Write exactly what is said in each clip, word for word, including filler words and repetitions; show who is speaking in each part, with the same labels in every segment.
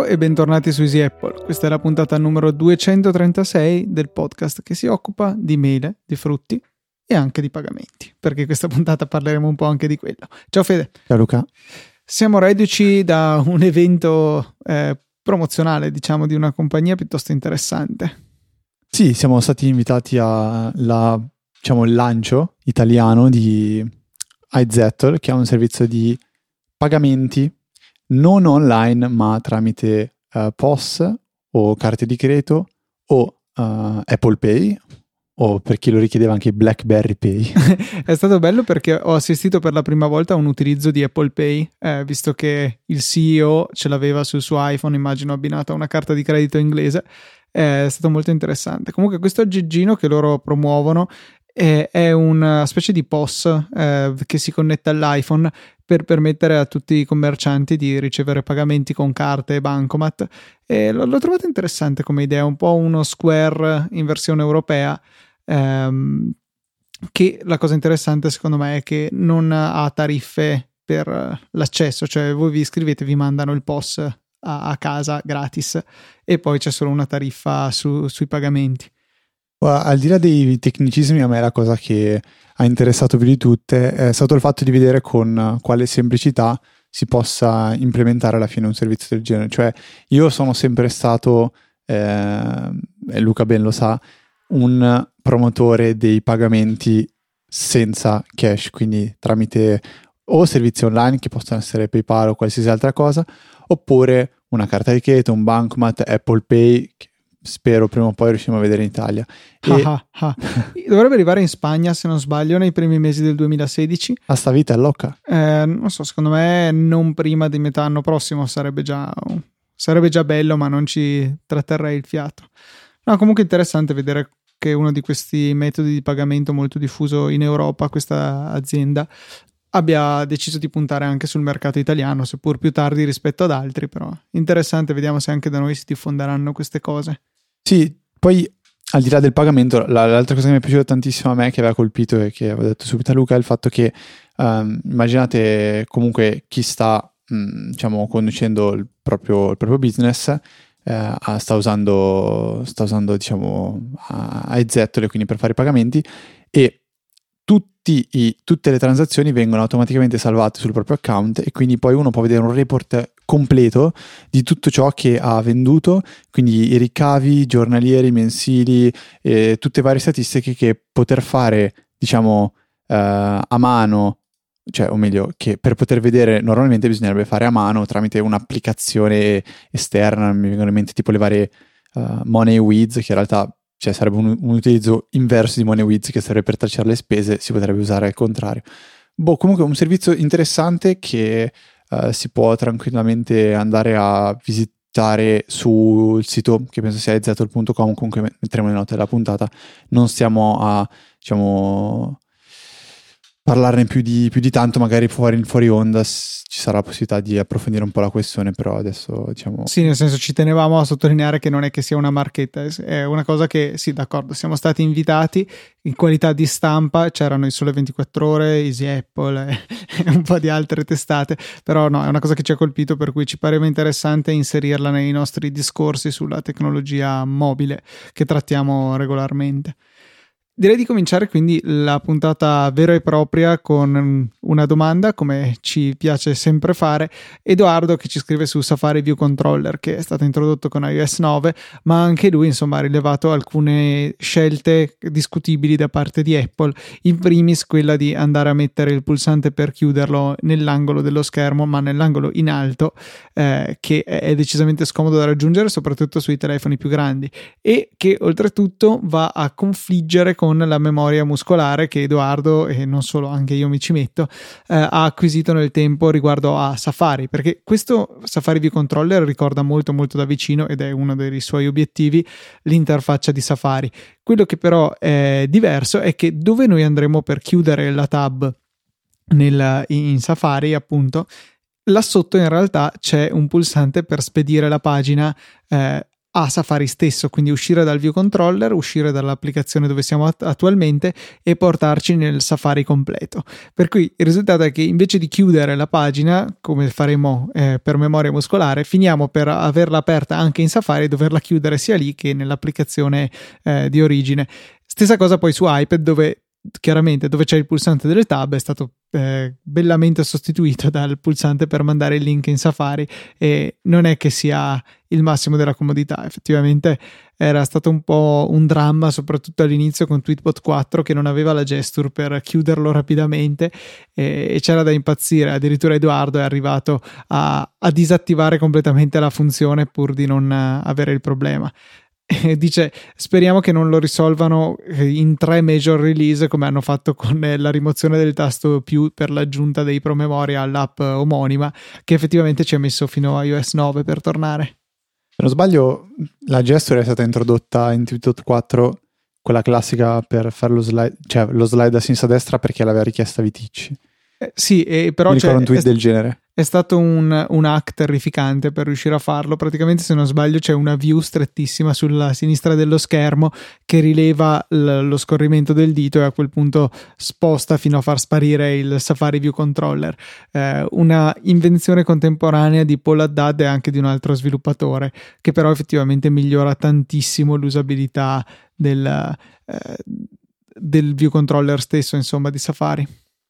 Speaker 1: e bentornati su Easy Apple. Questa è la puntata numero duecentotrentasei del podcast che si occupa di mele, di frutti e anche di pagamenti, perché questa puntata parleremo un po' anche di quello. Ciao Fede.
Speaker 2: Ciao Luca.
Speaker 1: Siamo reduci da un evento eh, promozionale, diciamo, di una compagnia piuttosto interessante.
Speaker 2: Sì, siamo stati invitati al diciamo, lancio italiano di iZettle, che è un servizio di pagamenti non online ma tramite uh, P O S o carte di credito o uh, Apple Pay, o per chi lo richiedeva anche BlackBerry Pay.
Speaker 1: È stato bello perché ho assistito per la prima volta a un utilizzo di Apple Pay, eh, visto che il C E O ce l'aveva sul suo iPhone, immagino abbinato a una carta di credito inglese. È stato molto interessante. Comunque questo aggeggino che loro promuovono è, è una specie di P O S eh, che si connette all'iPhone per permettere a tutti i commercianti di ricevere pagamenti con carte e bancomat, e l'ho, l'ho trovato interessante come idea, un po' uno Square in versione europea, ehm, che la cosa interessante secondo me è che non ha tariffe per l'accesso, cioè voi vi iscrivete, vi mandano il P O S a, a casa gratis e poi c'è solo una tariffa su, sui pagamenti.
Speaker 2: Well, al di là dei tecnicismi, a me la cosa che ha interessato più di tutte è stato il fatto di vedere con quale semplicità si possa implementare alla fine un servizio del genere. Cioè, io sono sempre stato, eh, e Luca ben lo sa, un promotore dei pagamenti senza cash, quindi tramite o servizi online che possono essere PayPal o qualsiasi altra cosa, oppure una carta di credito, un bancomat, Apple Pay, che spero prima o poi riusciremo a vedere in Italia. E...
Speaker 1: Ah, ah, ah. Dovrebbe arrivare in Spagna, se non sbaglio, nei primi mesi del duemilasedici.
Speaker 2: A sta vita è loca.
Speaker 1: Eh, non so, secondo me non prima di metà anno prossimo sarebbe già, sarebbe già bello, ma non ci tratterrei il fiato. No, comunque interessante vedere che uno di questi metodi di pagamento molto diffuso in Europa, questa azienda, abbia deciso di puntare anche sul mercato italiano, seppur più tardi rispetto ad altri, però interessante, vediamo se anche da noi si diffonderanno queste cose.
Speaker 2: Sì, poi al di là del pagamento, l'altra cosa che mi è piaciuta tantissimo a me, che aveva colpito e che avevo detto subito a Luca, è il fatto che um, immaginate comunque chi sta mh, diciamo conducendo il proprio, il proprio business, eh, sta usando sta usando diciamo iZettle, quindi per fare i pagamenti, e tutti i, tutte le transazioni vengono automaticamente salvate sul proprio account, e quindi poi uno può vedere un report completo di tutto ciò che ha venduto, quindi i ricavi giornalieri, mensili, eh, tutte varie statistiche che poter fare diciamo eh, a mano, cioè o meglio che per poter vedere normalmente bisognerebbe fare a mano tramite un'applicazione esterna. Mi vengono in mente tipo le varie uh, MoneyWiz, che in realtà cioè sarebbe un, un utilizzo inverso di MoneyWiz, che serve per tracciare le spese, si potrebbe usare al contrario. Boh, comunque un servizio interessante che uh, si può tranquillamente andare a visitare sul sito, che penso sia izettle punto com, comunque metteremo le note della puntata. Non stiamo a diciamo parlarne più di, più di tanto, magari fuori, fuori onda ci sarà la possibilità di approfondire un po' la questione, però adesso diciamo...
Speaker 1: Sì, nel senso ci tenevamo a sottolineare che non è che sia una marchetta, è una cosa che, sì, d'accordo, siamo stati invitati in qualità di stampa, c'erano il Sole ventiquattro Ore, Easy Apple e un po' di altre testate, però no, è una cosa che ci ha colpito, per cui ci pareva interessante inserirla nei nostri discorsi sulla tecnologia mobile che trattiamo regolarmente. Direi di cominciare quindi la puntata vera e propria con una domanda, come ci piace sempre fare. Edoardo, che ci scrive su Safari View Controller, che è stato introdotto con iOS nove, ma anche lui insomma ha rilevato alcune scelte discutibili da parte di Apple, in primis quella di andare a mettere il pulsante per chiuderlo nell'angolo dello schermo, ma nell'angolo in alto, eh, che è decisamente scomodo da raggiungere soprattutto sui telefoni più grandi, e che oltretutto va a confliggere con con la memoria muscolare che Edoardo, e non solo, anche io mi ci metto, eh, ha acquisito nel tempo riguardo a Safari, perché questo Safari View Controller ricorda molto molto da vicino, ed è uno dei suoi obiettivi, l'interfaccia di Safari. Quello che però è diverso è che dove noi andremo per chiudere la tab nel, in Safari, appunto, là sotto in realtà c'è un pulsante per spedire la pagina eh, a Safari stesso, quindi uscire dal view controller, uscire dall'applicazione dove siamo att- attualmente e portarci nel Safari completo. Per cui il risultato è che invece di chiudere la pagina, come faremo eh, per memoria muscolare, finiamo per averla aperta anche in Safari e doverla chiudere sia lì che nell'applicazione eh, di origine. Stessa cosa poi su iPad, dove chiaramente dove c'è il pulsante delle tab è stato eh, bellamente sostituito dal pulsante per mandare il link in Safari, e non è che sia il massimo della comodità. Effettivamente era stato un po' un dramma, soprattutto all'inizio con Tweetbot quattro, che non aveva la gesture per chiuderlo rapidamente e, e c'era da impazzire. Addirittura Edoardo è arrivato a, a disattivare completamente la funzione pur di non avere il problema. Dice: speriamo che non lo risolvano in tre major release come hanno fatto con la rimozione del tasto più per l'aggiunta dei promemoria all'app omonima, che effettivamente ci ha messo fino a iOS nove per tornare.
Speaker 2: Se non sbaglio, la gesture è stata introdotta in Tweetbot quattro, quella classica per fare lo slide, cioè lo slide a sinistra a destra, perché l'aveva richiesta Viticci.
Speaker 1: Eh, sì, e però
Speaker 2: mi ricordo
Speaker 1: c'è,
Speaker 2: un tweet
Speaker 1: è,
Speaker 2: del genere.
Speaker 1: È stato un, un hack terrificante per riuscire a farlo. Praticamente, se non sbaglio, c'è una view strettissima sulla sinistra dello schermo che rileva l- lo scorrimento del dito e a quel punto sposta fino a far sparire il Safari View Controller. Eh, una invenzione contemporanea di Paul Haddad e anche di un altro sviluppatore, che però effettivamente migliora tantissimo l'usabilità del, eh, del View Controller stesso, insomma, di Safari.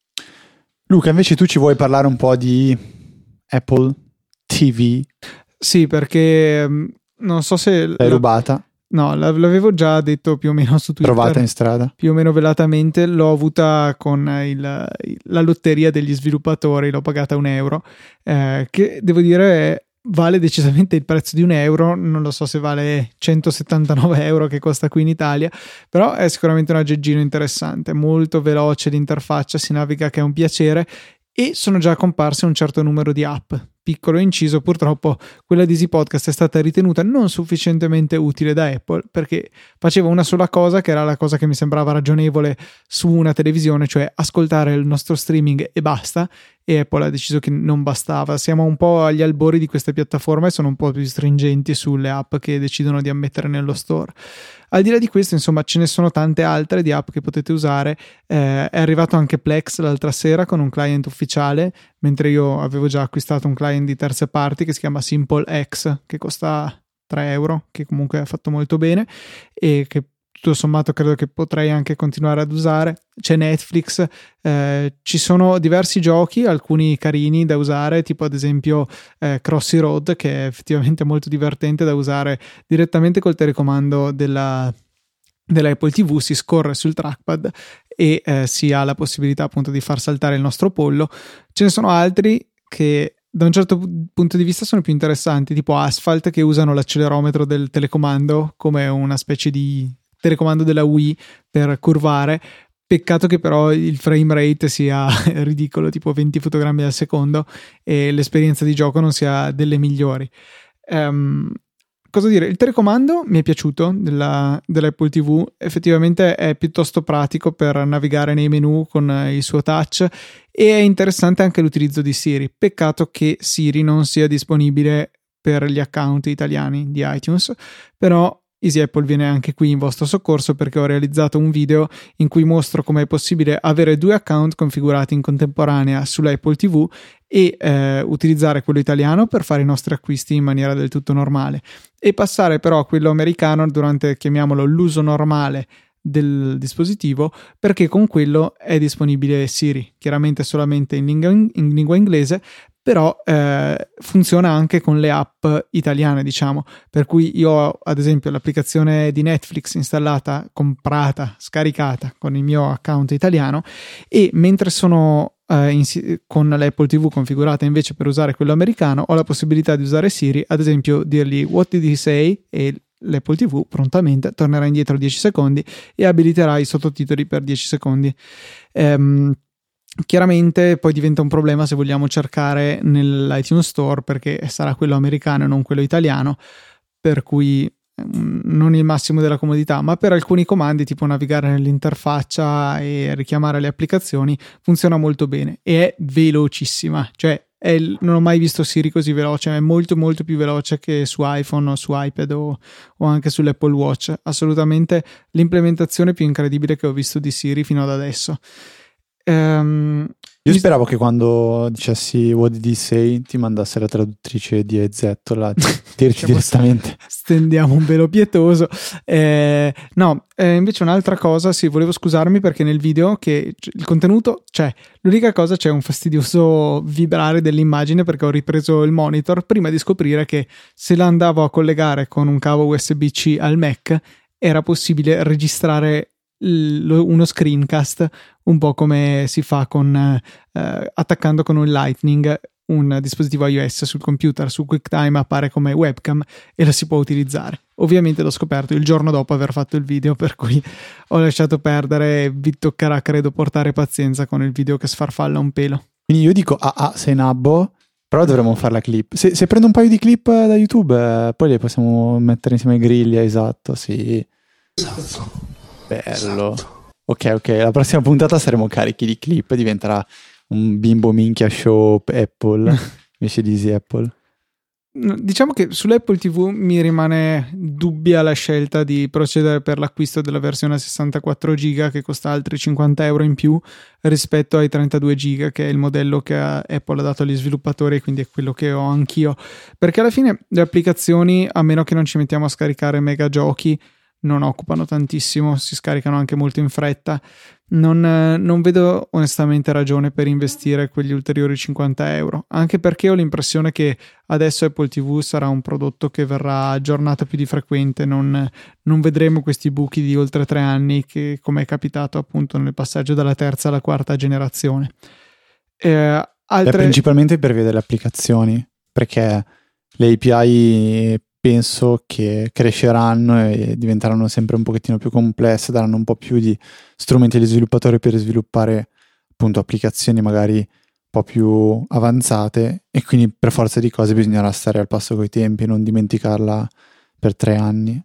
Speaker 2: Luca, invece tu ci vuoi parlare un po' di Apple T V?
Speaker 1: Sì, perché non so se...
Speaker 2: L'hai rubata?
Speaker 1: No, l'avevo già detto più o meno su Twitter.
Speaker 2: Trovata in strada?
Speaker 1: Più o meno velatamente. L'ho avuta con il, la lotteria degli sviluppatori, l'ho pagata un euro, eh, che devo dire è... vale decisamente il prezzo di un euro. Non lo so se vale centosettantanove euro che costa qui in Italia, però è sicuramente un aggeggino interessante, molto veloce l'interfaccia, si naviga che è un piacere, e sono già comparse un certo numero di app. Piccolo inciso, purtroppo quella di Easy Podcast è stata ritenuta non sufficientemente utile da Apple, perché faceva una sola cosa, che era la cosa che mi sembrava ragionevole su una televisione, cioè ascoltare il nostro streaming e basta, e Apple ha deciso che non bastava. Siamo un po' agli albori di queste piattaforme e sono un po' più stringenti sulle app che decidono di ammettere nello store. Al di là di questo, insomma, ce ne sono tante altre di app che potete usare. Eh, è arrivato anche Plex l'altra sera con un client ufficiale, mentre io avevo già acquistato un client di terze parti che si chiama SimpleX, che costa tre euro, che comunque ha fatto molto bene e che tutto sommato credo che potrei anche continuare ad usare. C'è Netflix, eh, ci sono diversi giochi, alcuni carini da usare, tipo ad esempio eh, Crossy Road, che è effettivamente molto divertente da usare direttamente col telecomando della, della Apple T V. Si scorre sul trackpad e eh, si ha la possibilità appunto di far saltare il nostro pollo. Ce ne sono altri che da un certo punto di vista sono più interessanti, tipo Asphalt, che usano l'accelerometro del telecomando come una specie di telecomando della Wii per curvare. Peccato che però il frame rate sia ridicolo, tipo venti fotogrammi al secondo, e l'esperienza di gioco non sia delle migliori. Um, cosa dire? Il telecomando mi è piaciuto della, dell'Apple T V, effettivamente è piuttosto pratico per navigare nei menu con il suo touch, e è interessante anche l'utilizzo di Siri. Peccato che Siri non sia disponibile per gli account italiani di iTunes, però Easy Apple viene anche qui in vostro soccorso, perché ho realizzato un video in cui mostro come è possibile avere due account configurati in contemporanea sulla Apple T V e eh, utilizzare quello italiano per fare i nostri acquisti in maniera del tutto normale, e passare però a quello americano durante, chiamiamolo, l'uso normale del dispositivo, perché con quello è disponibile Siri, chiaramente solamente in lingua, in lingua inglese, però eh, funziona anche con le app italiane, diciamo, per cui io ho ad esempio l'applicazione di Netflix installata, comprata, scaricata con il mio account italiano, e mentre sono eh, in, con l'Apple T V configurata invece per usare quello americano, ho la possibilità di usare Siri, ad esempio dirgli "What did he say?" e l'Apple T V prontamente tornerà indietro dieci secondi e abiliterà i sottotitoli per dieci secondi. Ehm, Chiaramente poi diventa un problema se vogliamo cercare nell'iTunes Store, perché sarà quello americano e non quello italiano, per cui non il massimo della comodità, ma per alcuni comandi tipo navigare nell'interfaccia e richiamare le applicazioni funziona molto bene e è velocissima, cioè è il, non ho mai visto Siri così veloce, è molto molto più veloce che su iPhone o su iPad o, o anche sull'Apple Watch. Assolutamente l'implementazione più incredibile che ho visto di Siri fino ad adesso. Um,
Speaker 2: Io speravo che quando dicessi what did he say ti mandasse la traduttrice di Ezzetto là, dirci direttamente.
Speaker 1: Stendiamo un velo pietoso. Eh, no, eh, invece un'altra cosa, sì, volevo scusarmi perché nel video che il contenuto c'è, l'unica cosa c'è un fastidioso vibrare dell'immagine perché ho ripreso il monitor prima di scoprire che se la andavo a collegare con un cavo U S B C al Mac era possibile registrare uno screencast, un po' come si fa con eh, attaccando con un Lightning un dispositivo iOS sul computer. Su QuickTime appare come webcam e lo si può utilizzare. Ovviamente l'ho scoperto il giorno dopo aver fatto il video, per cui ho lasciato perdere. Vi toccherà credo portare pazienza con il video che sfarfalla un pelo.
Speaker 2: Quindi io dico ah ah sei nabbo, però dovremmo fare la clip. Se, se prendo un paio di clip da YouTube eh, poi le possiamo mettere insieme ai griglia. Esatto, sì,
Speaker 3: Esatto.
Speaker 2: bello,
Speaker 3: Esatto.
Speaker 2: ok ok, la prossima puntata saremo carichi di clip, diventerà un bimbo minchia show Apple invece di Easy Apple.
Speaker 1: Diciamo che sull'Apple tivù mi rimane dubbia la scelta di procedere per l'acquisto della versione sessantaquattro giga che costa altri cinquanta euro in più rispetto ai trentadue giga che è il modello che Apple ha dato agli sviluppatori, quindi è quello che ho anch'io, perché alla fine le applicazioni, a meno che non ci mettiamo a scaricare mega giochi, non occupano tantissimo, si scaricano anche molto in fretta. Non, non vedo onestamente ragione per investire quegli ulteriori cinquanta euro, anche perché ho l'impressione che adesso Apple tivù sarà un prodotto che verrà aggiornato più di frequente, non, non vedremo questi buchi di oltre tre anni che, come è capitato appunto nel passaggio dalla terza alla quarta generazione. Eh, altre...
Speaker 2: Beh, principalmente per via delle applicazioni, perché le A P I penso che cresceranno e diventeranno sempre un pochettino più complesse, daranno un po' più di strumenti agli sviluppatori per sviluppare appunto applicazioni magari un po' più avanzate, e quindi per forza di cose bisognerà stare al passo coi tempi e non dimenticarla per tre anni.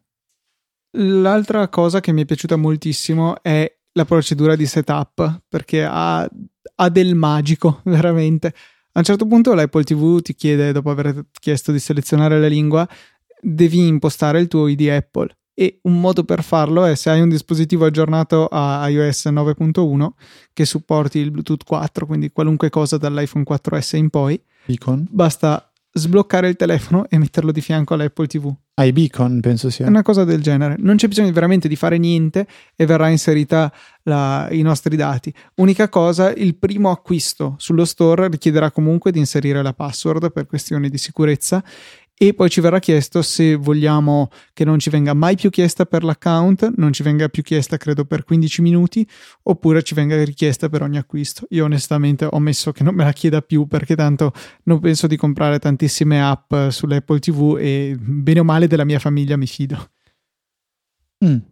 Speaker 1: L'altra cosa che mi è piaciuta moltissimo è la procedura di setup, perché ha, ha del magico veramente. A un certo punto l'Apple tivù ti chiede, dopo aver chiesto di selezionare la lingua, devi impostare il tuo I D Apple, e un modo per farlo è se hai un dispositivo aggiornato a iOS nove punto uno che supporti il Bluetooth quattro, quindi qualunque cosa dall'iPhone quattro esse in poi,
Speaker 2: Beacon?
Speaker 1: basta sbloccare il telefono e metterlo di fianco all'Apple tivù.
Speaker 2: Ah, i beacon penso sia.
Speaker 1: È una cosa del genere, non c'è bisogno veramente di fare niente e verrà inserita la, i nostri dati. Unica cosa, il primo acquisto sullo store richiederà comunque di inserire la password per questioni di sicurezza, e poi ci verrà chiesto se vogliamo che non ci venga mai più chiesta per l'account, non ci venga più chiesta credo per quindici minuti, oppure ci venga richiesta per ogni acquisto. Io onestamente ho messo che non me la chieda più, perché tanto non penso di comprare tantissime app sull'Apple tivù e bene o male della mia famiglia mi fido.
Speaker 2: Mm. In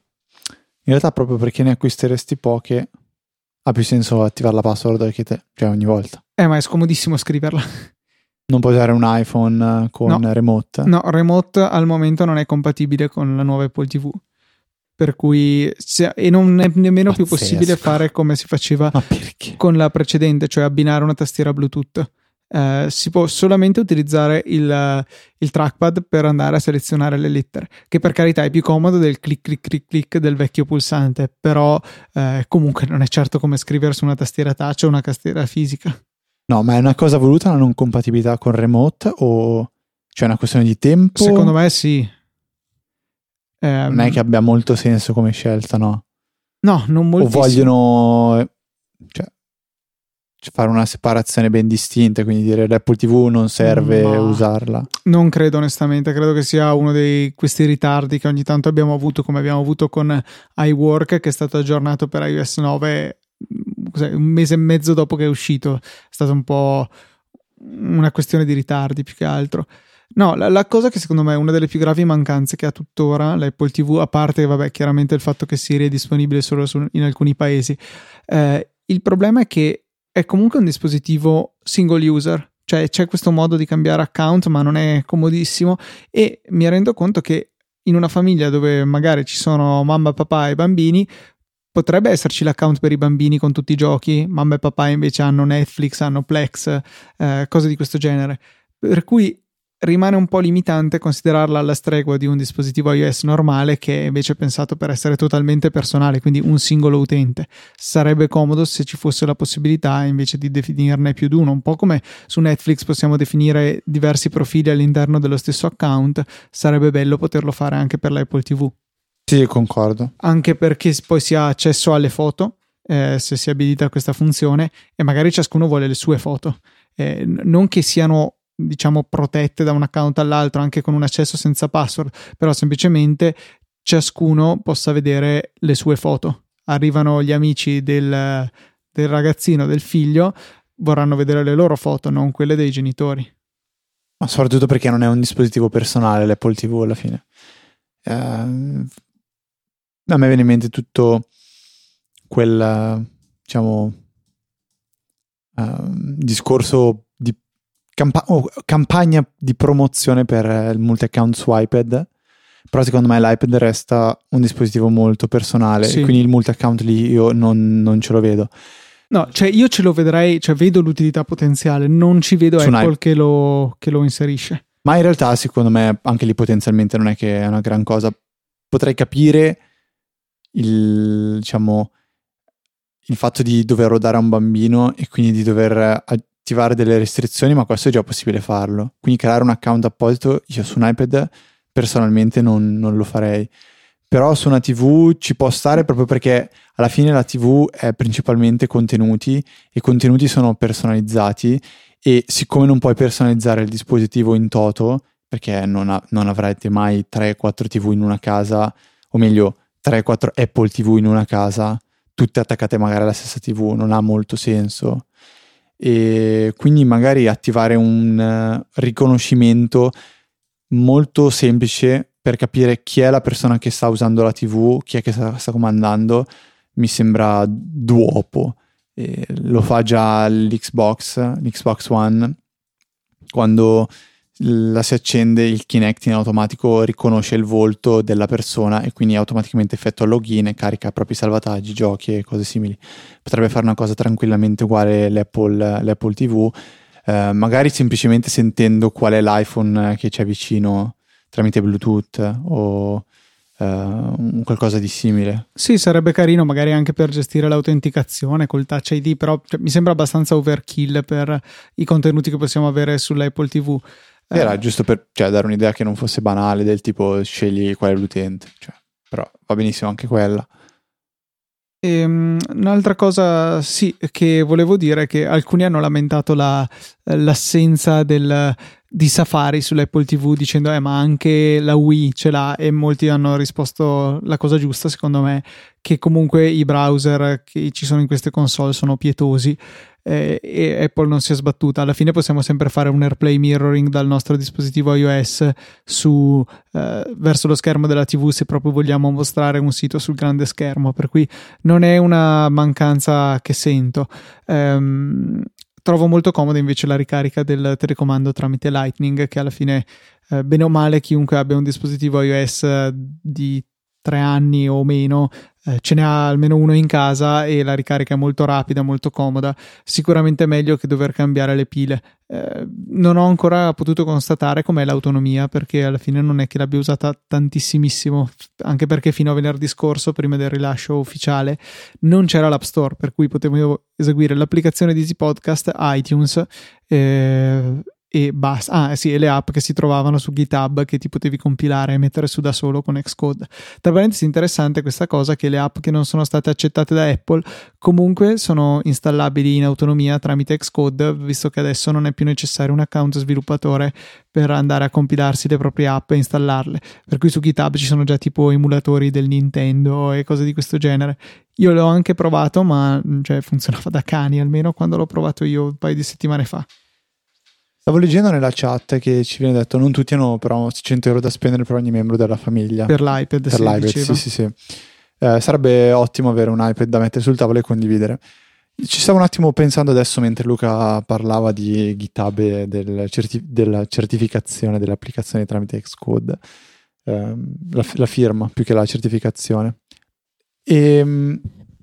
Speaker 2: realtà proprio perché ne acquisteresti poche ha più senso attivare la password che te, cioè ogni volta.
Speaker 1: Eh, ma è scomodissimo scriverla.
Speaker 2: Non puoi usare un iPhone con
Speaker 1: no.
Speaker 2: remote?
Speaker 1: No, remote al momento non è compatibile con la nuova Apple tivù, per cui se, e non è nemmeno
Speaker 2: Pazzesco.
Speaker 1: più possibile fare come si faceva con la precedente, cioè abbinare una tastiera Bluetooth. Eh, si può solamente utilizzare il, il trackpad per andare a selezionare le lettere, che per carità è più comodo del clic clic clic clic del vecchio pulsante, però eh, comunque non è certo come scrivere su una tastiera touch o una tastiera fisica.
Speaker 2: No, ma è una cosa voluta la non compatibilità con remote, o c'è una questione di tempo?
Speaker 1: Secondo me sì. Eh,
Speaker 2: non è che abbia molto senso come scelta, no?
Speaker 1: No, non moltissimo.
Speaker 2: O vogliono cioè, fare una separazione ben distinta, quindi dire l'Apple tivù non serve
Speaker 1: ma
Speaker 2: usarla.
Speaker 1: Non credo onestamente, credo che sia uno di questi ritardi che ogni tanto abbiamo avuto, come abbiamo avuto con iWork, che è stato aggiornato per iOS nove un mese e mezzo dopo che è uscito. È stata un po' una questione di ritardi più che altro. No, la, la cosa che secondo me è una delle più gravi mancanze che ha tuttora l'Apple tivù, a parte vabbè chiaramente il fatto che Siri è disponibile solo su, in alcuni paesi, eh, il problema è che è comunque un dispositivo single user, cioè c'è questo modo di cambiare account ma non è comodissimo, e mi rendo conto che in una famiglia dove magari ci sono mamma, papà e bambini potrebbe esserci l'account per i bambini con tutti i giochi, mamma e papà invece hanno Netflix, hanno Plex, eh, cose di questo genere, per cui rimane un po' limitante considerarla alla stregua di un dispositivo iOS normale, che è invece pensato per essere totalmente personale, quindi un singolo utente. Sarebbe comodo se ci fosse la possibilità invece di definirne più di uno, un po' come su Netflix possiamo definire diversi profili all'interno dello stesso account. Sarebbe bello poterlo fare anche per l'Apple ti vu.
Speaker 2: Sì, concordo.
Speaker 1: Anche perché poi si ha accesso alle foto, eh, se si abilita questa funzione, e magari ciascuno vuole le sue foto, eh, non che siano diciamo protette da un account all'altro, anche con un accesso senza password, però semplicemente ciascuno possa vedere le sue foto. Arrivano gli amici del, del ragazzino, del figlio, vorranno vedere le loro foto, non quelle dei genitori.
Speaker 2: Ma soprattutto perché non è un dispositivo personale l'Apple ti vu alla fine. Eh, a me viene in mente tutto quel diciamo uh, discorso di Campa- oh, campagna di promozione per il multi-account su iPad, però secondo me l'iPad resta un dispositivo molto personale,
Speaker 1: sì.
Speaker 2: E quindi il multi-account lì io non, non ce lo vedo.
Speaker 1: No, cioè io ce lo vedrei, cioè vedo l'utilità potenziale, non ci vedo
Speaker 2: Su
Speaker 1: Apple che lo, che lo inserisce.
Speaker 2: Ma in realtà secondo me anche lì potenzialmente non è che è una gran cosa. Potrei capire il, diciamo, il fatto di dover rodare a un bambino e quindi di dover attivare delle restrizioni, ma questo è già possibile farlo. Quindi creare un account apposito io su un iPad personalmente non, non lo farei. Però su una ti vu ci può stare, proprio perché alla fine la ti vu è principalmente contenuti, e i contenuti sono personalizzati, e siccome non puoi personalizzare il dispositivo in toto, perché non, ha, non avrete mai tre quattro ti vu in una casa, o meglio tre quattro Apple ti vu in una casa, tutte attaccate magari alla stessa ti vu, non ha molto senso. E quindi magari attivare un uh, riconoscimento molto semplice per capire chi è la persona che sta usando la ti vu, chi è che sta, sta comandando, mi sembra duopo. E lo fa già l'Xbox, l'Xbox One, quando la si accende, il Kinect in automatico riconosce il volto della persona e quindi automaticamente effettua il login e carica i propri salvataggi, giochi e cose simili. Potrebbe fare una cosa tranquillamente uguale l'Apple, l'Apple ti vu, eh, magari semplicemente sentendo qual è l'iPhone che c'è vicino tramite Bluetooth o uh, qualcosa di simile.
Speaker 1: Sì, sarebbe carino magari anche per gestire l'autenticazione col Touch I D, però cioè, mi sembra abbastanza overkill per i contenuti che possiamo avere sull'Apple ti vu.
Speaker 2: Era eh. giusto per cioè, dare un'idea che non fosse banale, del tipo scegli qual è l'utente, cioè, però va benissimo anche quella.
Speaker 1: E, um, un'altra cosa sì che volevo dire è che alcuni hanno lamentato la, l'assenza del, di Safari sull'Apple ti vu, dicendo eh ma anche la Wii ce l'ha, e molti hanno risposto la cosa giusta secondo me, che comunque i browser che ci sono in queste console sono pietosi, eh, e Apple non si è sbattuta. Alla fine possiamo sempre fare un AirPlay mirroring dal nostro dispositivo iOS su eh, verso lo schermo della ti vu, se proprio vogliamo mostrare un sito sul grande schermo, per cui non è una mancanza che sento. Um, trovo molto comoda invece la ricarica del telecomando tramite Lightning, che alla fine eh, bene o male chiunque abbia un dispositivo iOS di tre anni o meno eh, ce ne ha almeno uno in casa, e la ricarica è molto rapida, molto comoda, sicuramente meglio che dover cambiare le pile. Eh, non ho ancora potuto constatare com'è l'autonomia, perché alla fine non è che l'abbia usata tantissimissimo, anche perché fino a venerdì scorso, prima del rilascio ufficiale, non c'era l'App Store, per cui potevo eseguire l'applicazione di Easy Podcast, iTunes eh, e basta. Ah sì, e le app che si trovavano su GitHub, che ti potevi compilare e mettere su da solo con Xcode. Tra parentesi, interessante questa cosa, che le app che non sono state accettate da Apple comunque sono installabili in autonomia tramite Xcode, visto che adesso non è più necessario un account sviluppatore per andare a compilarsi le proprie app e installarle, per cui su GitHub ci sono già tipo emulatori del Nintendo e cose di questo genere. Io l'ho anche provato, ma cioè, funzionava da cani, almeno quando l'ho provato io un paio di settimane fa.
Speaker 2: Stavo leggendo nella chat che ci viene detto non tutti hanno però cento euro da spendere per ogni membro della famiglia.
Speaker 1: Per l'iPad,
Speaker 2: per
Speaker 1: sì,
Speaker 2: l'iPad,
Speaker 1: diceva.
Speaker 2: sì, sì, sì. Eh, sarebbe ottimo avere un iPad da mettere sul tavolo e condividere. Ci stavo un attimo pensando adesso, mentre Luca parlava di GitHub e del certi- della certificazione delle applicazioni tramite Xcode, eh, la, la firma più che la certificazione. E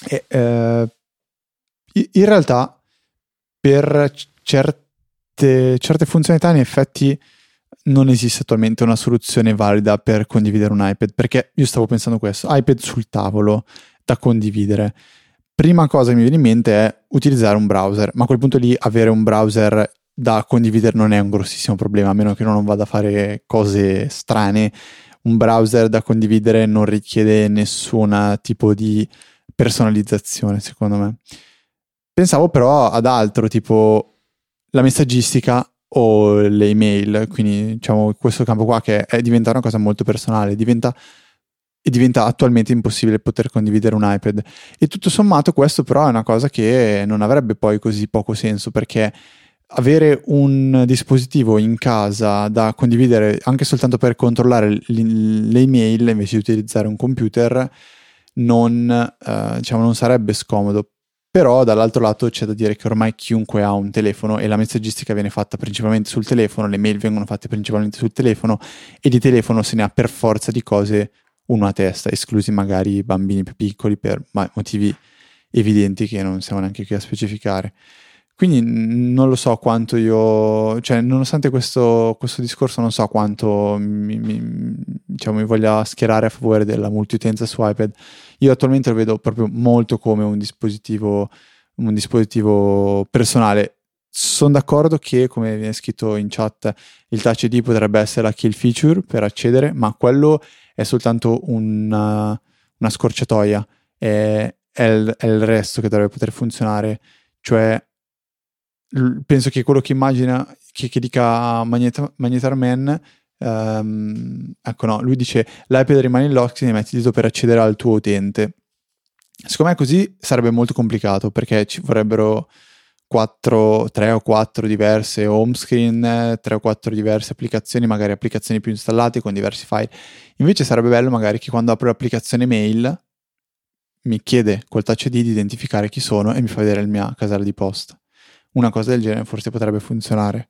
Speaker 2: E, eh, in realtà per certe, certe funzionalità in effetti non esiste attualmente una soluzione valida per condividere un iPad, perché io stavo pensando questo, iPad sul tavolo da condividere. Prima cosa che mi viene in mente è utilizzare un browser, ma a quel punto lì avere un browser da condividere non è un grossissimo problema, a meno che non vada a fare cose strane. Un browser da condividere non richiede nessun tipo di personalizzazione, secondo me. Pensavo però ad altro, tipo la messaggistica o le email, quindi diciamo questo campo qua che è, diventa una cosa molto personale, diventa, e diventa attualmente impossibile poter condividere un iPad. E tutto sommato questo però è una cosa che non avrebbe poi così poco senso, perché avere un dispositivo in casa da condividere anche soltanto per controllare le email invece di utilizzare un computer non, eh, diciamo, non sarebbe scomodo. Però dall'altro lato c'è da dire che ormai chiunque ha un telefono e la messaggistica viene fatta principalmente sul telefono, le mail vengono fatte principalmente sul telefono e di telefono se ne ha per forza di cose uno a testa, esclusi magari i bambini più piccoli per motivi evidenti che non siamo neanche qui a specificare. Quindi non lo so quanto io, cioè nonostante questo, questo discorso non so quanto mi, mi, diciamo, mi voglia schierare a favore della multiutenza su iPad. Io attualmente lo vedo proprio molto come un dispositivo, un dispositivo personale. Sono d'accordo che, come viene scritto in chat, il Touch I D potrebbe essere la kill feature per accedere, ma quello è soltanto una, una scorciatoia, è, è, il, è il resto che dovrebbe poter funzionare, cioè penso che quello che immagina che, che dica Magnet- Magnetar Man, um, ecco no, lui dice l'iPad rimane in lock se ne metti il dito per accedere al tuo utente. Secondo me così sarebbe molto complicato, perché ci vorrebbero quattro, tre o quattro diverse home screen, tre o quattro diverse applicazioni, magari applicazioni più installate con diversi file. Invece sarebbe bello magari che quando apro l'applicazione mail mi chiede col Touch I D di identificare chi sono e mi fa vedere il mio casale di posta. Una cosa del genere forse potrebbe funzionare,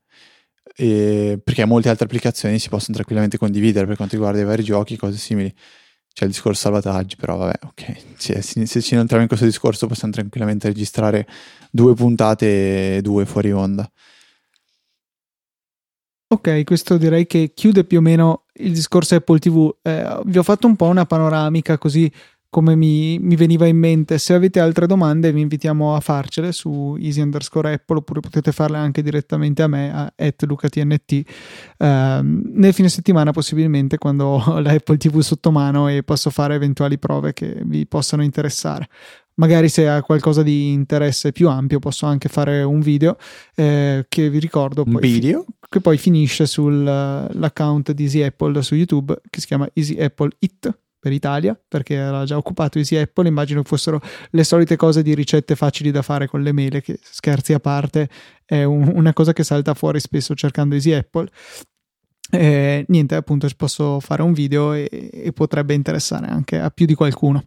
Speaker 2: e perché molte altre applicazioni si possono tranquillamente condividere per quanto riguarda i vari giochi, cose simili. C'è il discorso salvataggi, però vabbè, ok, cioè, se ci entriamo in questo discorso possiamo tranquillamente registrare due puntate e due fuori onda.
Speaker 1: Ok, questo direi che chiude più o meno il discorso Apple tivù. Eh, vi ho fatto un po' una panoramica così come mi, mi veniva in mente. Se avete altre domande vi invitiamo a farcele su easy underscore Apple, oppure potete farle anche direttamente a me a at lucatnt eh, nel fine settimana, possibilmente quando ho la Apple tivù sotto mano e posso fare eventuali prove che vi possano interessare. Magari se ha qualcosa di interesse più ampio posso anche fare un video eh, che vi ricordo
Speaker 2: un
Speaker 1: poi
Speaker 2: video
Speaker 1: fi- che poi finisce sull'account di Easy Apple su YouTube, che si chiama Easy Apple It per Italia, perché era già occupato Easy Apple. Immagino fossero le solite cose di ricette facili da fare con le mele, che scherzi a parte è un, una cosa che salta fuori spesso cercando Easy Apple. Eh, niente, appunto posso fare un video e, e potrebbe interessare anche a più di qualcuno.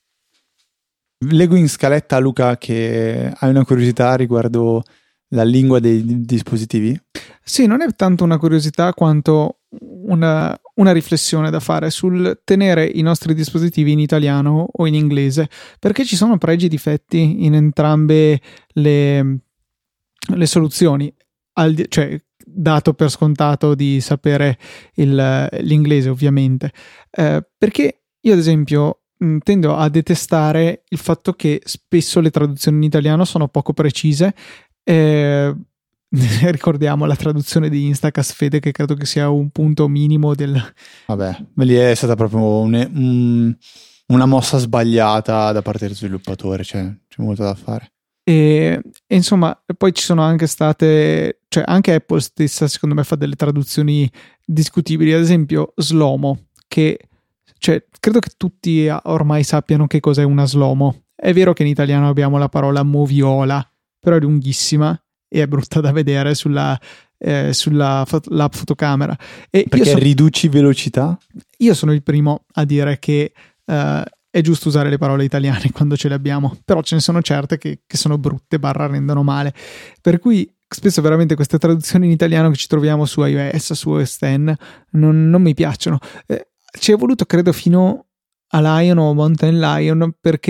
Speaker 2: Leggo in scaletta, Luca, che hai una curiosità riguardo la lingua dei dispositivi?
Speaker 1: Sì, non è tanto una curiosità quanto una, una riflessione da fare sul tenere i nostri dispositivi in italiano o in inglese, perché ci sono pregi e difetti in entrambe le, le soluzioni, al, cioè dato per scontato di sapere il, l'inglese ovviamente, eh, perché io ad esempio tendo a detestare il fatto che spesso le traduzioni in italiano sono poco precise. Eh, ricordiamo la traduzione di Instacast Fede, che credo che sia un punto minimo del...
Speaker 2: Vabbè, lì è stata proprio un, un, una mossa sbagliata da parte dello sviluppatore, cioè c'è molto da fare.
Speaker 1: E, e insomma, poi ci sono anche state, cioè anche Apple stessa secondo me fa delle traduzioni discutibili, ad esempio Slomo, che cioè credo che tutti ormai sappiano che cos'è una slomo. È vero che in italiano abbiamo la parola moviola, però è lunghissima e è brutta da vedere sulla, eh, sulla l'app fotocamera. E
Speaker 2: perché
Speaker 1: io so,
Speaker 2: riduci velocità?
Speaker 1: Io sono il primo a dire che uh, è giusto usare le parole italiane quando ce le abbiamo, però ce ne sono certe che, che sono brutte barra rendono male, per cui spesso veramente queste traduzioni in italiano che ci troviamo su iOS, su O S X non, non mi piacciono. Eh, ci è voluto credo fino a Lion o Mountain Lion, perché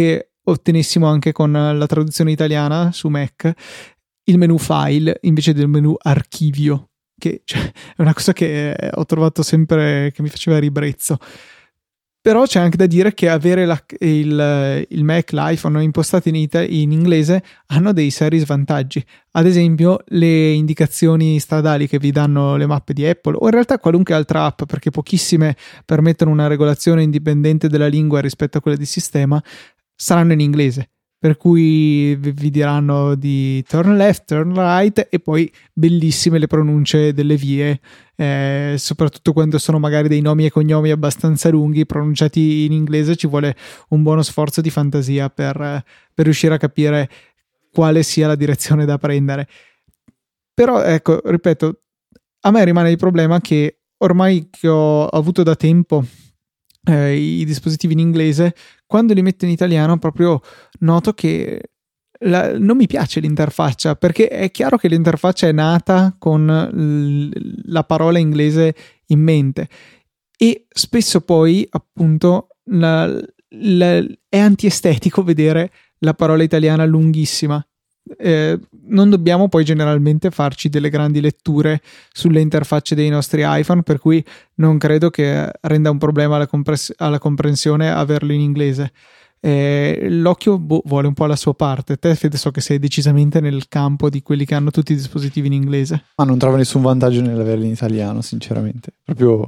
Speaker 1: ottenessimo anche con la traduzione italiana su Mac il menu file invece del menu archivio, che cioè, è una cosa che ho trovato sempre che mi faceva ribrezzo. Però c'è anche da dire che avere la, il, il Mac, l'iPhone impostati in, ita- in inglese hanno dei seri svantaggi. Ad esempio le indicazioni stradali che vi danno le mappe di Apple, o in realtà qualunque altra app, perché pochissime permettono una regolazione indipendente della lingua rispetto a quella di sistema, saranno in inglese. Per cui vi diranno di turn left, turn right, e poi bellissime le pronunce delle vie, eh, soprattutto quando sono magari dei nomi e cognomi abbastanza lunghi, pronunciati in inglese ci vuole un buono sforzo di fantasia per, per riuscire a capire quale sia la direzione da prendere. Però ecco, ripeto, a me rimane il problema che ormai che ho avuto da tempo Eh, i dispositivi in inglese, quando li metto in italiano proprio noto che la, non mi piace l'interfaccia, perché è chiaro che l'interfaccia è nata con l, la parola inglese in mente, e spesso poi appunto la, la, è antiestetico vedere la parola italiana lunghissima. Eh, non dobbiamo poi generalmente farci delle grandi letture sulle interfacce dei nostri iPhone, per cui non credo che renda un problema alla, compress- alla comprensione averlo in inglese. Eh, l'occhio boh, vuole un po' la sua parte. Te, Fede, so che sei decisamente nel campo di quelli che hanno tutti i dispositivi in inglese.
Speaker 2: Ma non trovo nessun vantaggio nell'averli in italiano, sinceramente. Proprio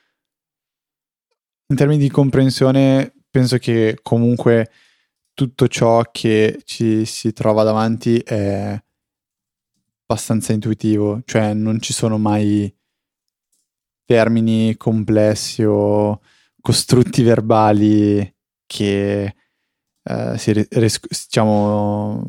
Speaker 2: in termini di comprensione penso che comunque tutto ciò che ci si trova davanti è abbastanza intuitivo, cioè non ci sono mai termini complessi o costrutti verbali che eh, si res- diciamo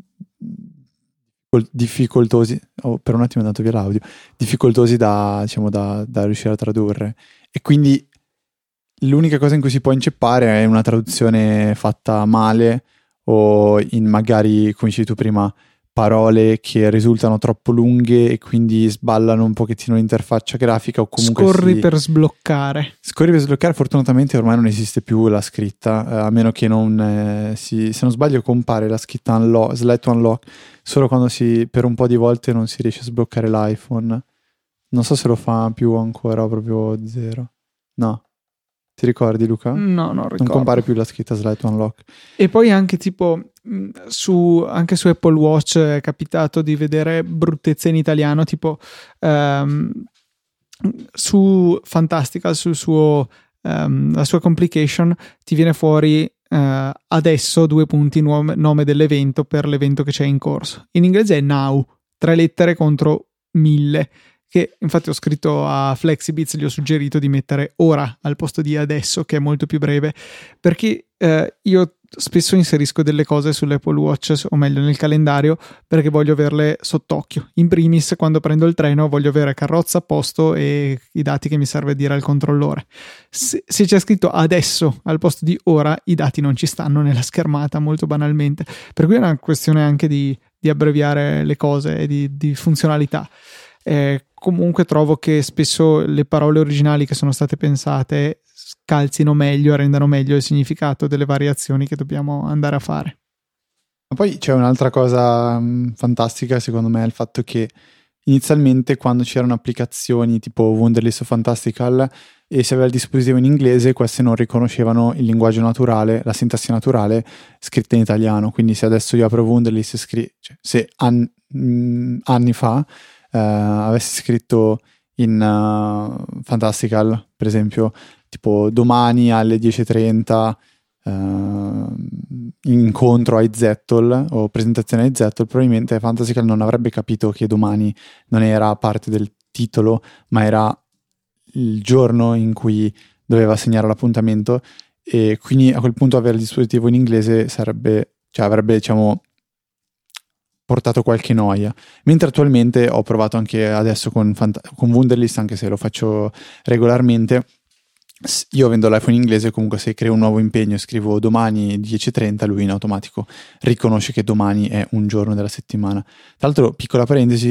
Speaker 2: difficoltosi. Oh, per un attimo è andato via l'audio. Difficoltosi da, diciamo, da, da riuscire a tradurre, e quindi l'unica cosa in cui si può inceppare è una traduzione fatta male, o in magari, come dicevi tu prima, parole che risultano troppo lunghe e quindi sballano un pochettino l'interfaccia grafica, o comunque
Speaker 1: scorri
Speaker 2: si...
Speaker 1: per sbloccare.
Speaker 2: Scorri per sbloccare, fortunatamente ormai non esiste più la scritta, eh, a meno che non eh, si, se non sbaglio compare la scritta unlock, slide to unlock solo quando si, per un po' di volte non si riesce a sbloccare l'iPhone. Non so se lo fa più ancora, proprio zero. No. Ti ricordi, Luca?
Speaker 1: No, non ricordo.
Speaker 2: Non compare più la scritta slide to unlock.
Speaker 1: E poi anche tipo su, anche su Apple Watch è capitato di vedere bruttezze in italiano, tipo um, su Fantastical, sul suo um, la sua complication ti viene fuori uh, adesso due punti nome, nome dell'evento per l'evento che c'è in corso. In inglese è now, tre lettere contro mille. Che infatti ho scritto a Flexibits, gli ho suggerito di mettere ora al posto di adesso, che è molto più breve, perché eh, io spesso inserisco delle cose sull'Apple Watch, o meglio nel calendario, perché voglio averle sott'occhio. In primis, quando prendo il treno voglio avere carrozza, posto e i dati che mi serve a dire al controllore. Se, se c'è scritto adesso al posto di ora, i dati non ci stanno nella schermata, molto banalmente, per cui è una questione anche di, di abbreviare le cose e di, di funzionalità. Eh, comunque trovo che spesso le parole originali che sono state pensate calzino meglio e rendano meglio il significato delle variazioni che dobbiamo andare a fare.
Speaker 2: Ma poi c'è un'altra cosa mh, fantastica secondo me, è il fatto che inizialmente quando c'erano applicazioni tipo Wunderlist o Fantastical e si aveva il dispositivo in inglese, queste non riconoscevano il linguaggio naturale, la sintassi naturale scritta in italiano. Quindi se adesso io apro Wunderlist e scri- cioè, se an- mh, anni fa Uh, avessi scritto in uh, Fantastical, per esempio, tipo domani alle dieci e trenta uh, incontro a Zettel o presentazione a Zettel, probabilmente Fantastical non avrebbe capito che domani non era parte del titolo, ma era il giorno in cui doveva segnare l'appuntamento, e quindi a quel punto avere il dispositivo in inglese sarebbe, cioè avrebbe, diciamo, portato qualche noia. Mentre attualmente ho provato anche adesso con, Fant- con Wunderlist, anche se lo faccio regolarmente, io avendo l'iPhone in inglese, comunque se creo un nuovo impegno e scrivo domani dieci e trenta, lui in automatico riconosce che domani è un giorno della settimana. Tra l'altro, piccola parentesi,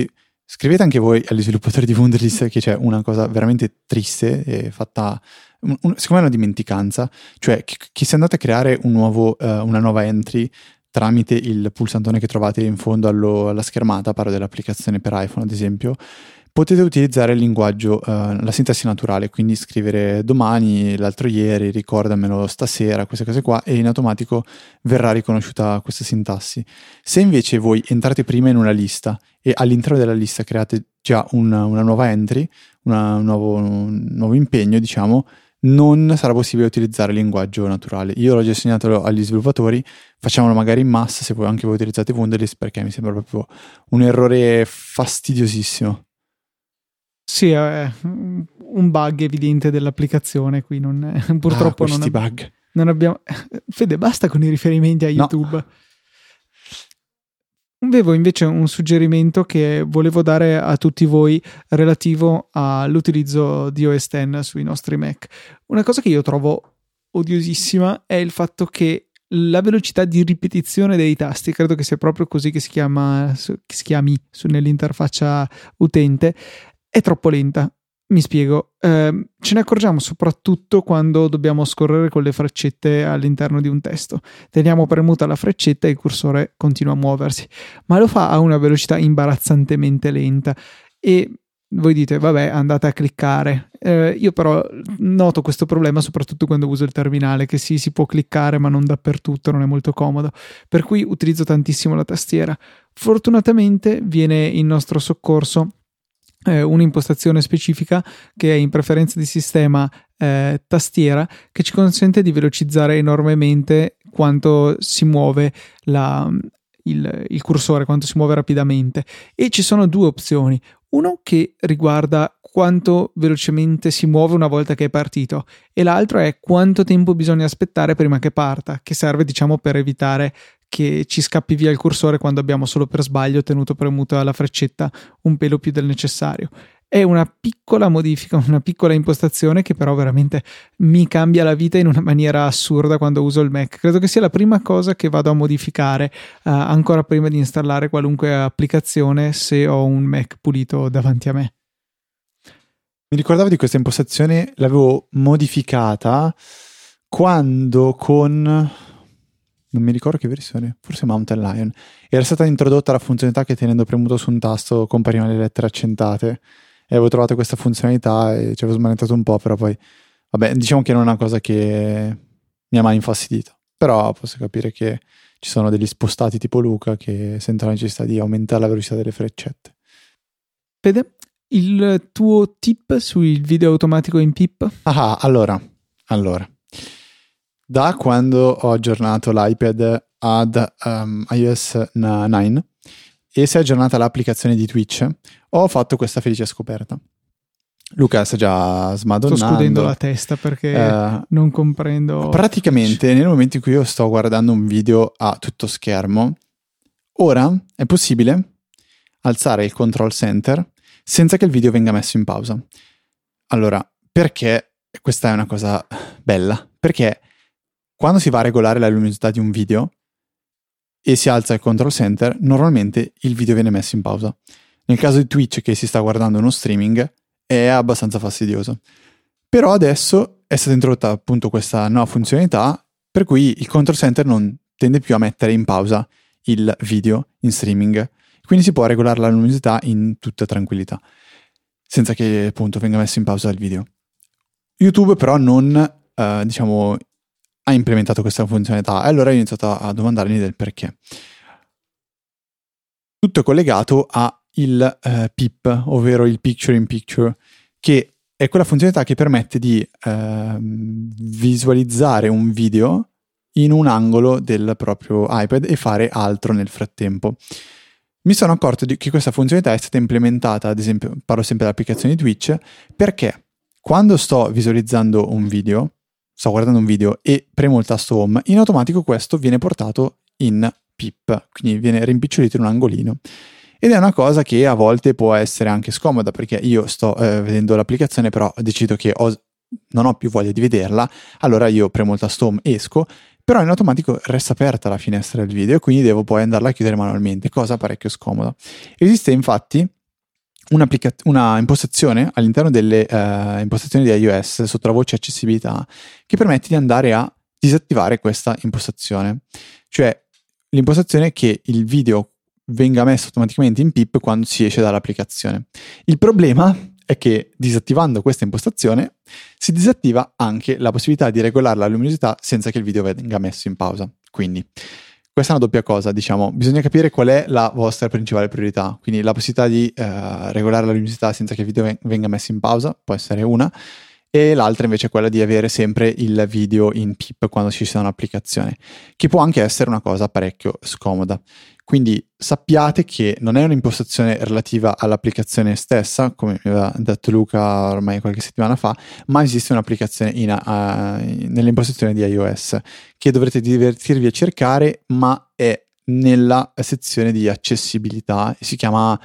Speaker 2: Scrivete anche voi agli sviluppatori di Wunderlist che c'è una cosa veramente triste e fatta, un, un, secondo me è una dimenticanza, cioè che, che se andate a creare un nuovo, uh, una nuova entry tramite il pulsantone che trovate in fondo allo, alla schermata, parlo dell'applicazione per iPhone ad esempio, potete utilizzare il linguaggio, uh, la sintassi naturale, quindi scrivere domani, l'altro ieri, ricordamelo stasera, queste cose qua, e in automatico verrà riconosciuta questa sintassi. Se invece voi entrate prima in una lista e all'interno della lista create già una, una nuova entry, una, un, nuovo, un nuovo impegno, diciamo, non sarà possibile utilizzare il linguaggio naturale. Io l'ho già insegnato agli sviluppatori, facciamolo magari in massa se voi anche voi utilizzate Wunderlist, perché mi sembra proprio un errore fastidiosissimo.
Speaker 1: Sì, è un bug evidente dell'applicazione qui, non è, purtroppo
Speaker 2: ah,
Speaker 1: non,
Speaker 2: ab-
Speaker 1: bug. non abbiamo... Fede, basta con i riferimenti a YouTube. No. Avevo invece un suggerimento che volevo dare a tutti voi relativo all'utilizzo di O S X sui nostri Mac. Una cosa che io trovo odiosissima è il fatto che la velocità di ripetizione dei tasti, credo che sia proprio così che si chiama, che si chiami nell'interfaccia utente, è troppo lenta. Mi spiego, eh, ce ne accorgiamo soprattutto quando dobbiamo scorrere con le freccette all'interno di un testo. Teniamo premuta la freccetta e il cursore continua a muoversi, ma lo fa a una velocità imbarazzantemente lenta e voi dite vabbè, andate a cliccare. Eh, io però noto questo problema soprattutto quando uso il terminale, che sì, si può cliccare ma non dappertutto, non è molto comodo, per cui utilizzo tantissimo la tastiera. Fortunatamente viene in nostro soccorso Eh, un'impostazione specifica che è in preferenze di sistema eh, tastiera, che ci consente di velocizzare enormemente quanto si muove la, il, il cursore, quanto si muove rapidamente, e ci sono due opzioni. Uno che riguarda quanto velocemente si muove una volta che è partito e l'altro è quanto tempo bisogna aspettare prima che parta, che serve diciamo per evitare che ci scappi via il cursore quando abbiamo solo per sbaglio tenuto premuta la freccetta un pelo più del necessario. È una piccola modifica, una piccola impostazione che però veramente mi cambia la vita in una maniera assurda quando uso il Mac. Credo che sia la prima cosa che vado a modificare uh, ancora prima di installare qualunque applicazione se ho un Mac pulito davanti a me.
Speaker 2: Mi ricordavo di questa impostazione, l'avevo modificata quando con... non mi ricordo che versione, forse Mountain Lion, era stata introdotta la funzionalità che tenendo premuto su un tasto comparivano le lettere accentate e avevo trovato questa funzionalità e ci avevo smanettato un po', però poi vabbè, diciamo che non è una cosa che mi ha mai infastidito, però posso capire che ci sono degli spostati tipo Luca che sentono la necessità di aumentare la velocità delle freccette.
Speaker 1: Fede, il tuo tip sul video automatico in pip?
Speaker 2: Ah, allora, allora da quando ho aggiornato l'iPad ad um, iOS nove e si è aggiornata l'applicazione di Twitch, ho fatto questa felice scoperta. Luca sta già smadonnando.
Speaker 1: Sto scudendo la testa perché uh, non comprendo.
Speaker 2: Praticamente nel momento in cui io sto guardando un video a tutto schermo, ora è possibile alzare il control center senza che il video venga messo in pausa. Allora, perché questa è una cosa bella? Perché quando si va a regolare la luminosità di un video e si alza il control center, normalmente il video viene messo in pausa. Nel caso di Twitch, che si sta guardando uno streaming, è abbastanza fastidioso. Però adesso è stata introdotta appunto questa nuova funzionalità, per cui il control center non tende più a mettere in pausa il video in streaming. Quindi si può regolare la luminosità in tutta tranquillità, senza che appunto venga messo in pausa il video. YouTube però non, eh, diciamo... ha implementato questa funzionalità e allora ho iniziato a domandarmi del perché. Tutto è collegato a il eh, P I P, ovvero il Picture in Picture, che è quella funzionalità che permette di eh, visualizzare un video in un angolo del proprio iPad e fare altro nel frattempo. Mi sono accorto di che questa funzionalità è stata implementata, ad esempio, parlo sempre dell'applicazione di Twitch, perché quando sto visualizzando un video, sto guardando un video e premo il tasto home, in automatico questo viene portato in P I P, quindi viene rimpicciolito in un angolino. Ed è una cosa che a volte può essere anche scomoda, perché io sto eh, vedendo l'applicazione, però decido che ho, non ho più voglia di vederla, allora io premo il tasto home, esco, però in automatico resta aperta la finestra del video e quindi devo poi andarla a chiudere manualmente, cosa parecchio scomoda. Esiste infatti una, una impostazione all'interno delle uh, impostazioni di iOS sotto la voce accessibilità che permette di andare a disattivare questa impostazione, cioè l'impostazione che il video venga messo automaticamente in P I P quando si esce dall'applicazione. Il problema è che disattivando questa impostazione si disattiva anche la possibilità di regolare la luminosità senza che il video venga messo in pausa. Quindi questa è una doppia cosa, diciamo, bisogna capire qual è la vostra principale priorità, quindi la possibilità di eh, regolare la luminosità senza che il video venga messo in pausa può essere una, e l'altra invece è quella di avere sempre il video in P I P quando si esce da un'applicazione, che può anche essere una cosa parecchio scomoda. Quindi sappiate che non è un'impostazione relativa all'applicazione stessa, come mi aveva detto Luca ormai qualche settimana fa, ma esiste un'applicazione in, uh, nell'impostazione di iOS che dovrete divertirvi a cercare, ma è nella sezione di accessibilità e si chiama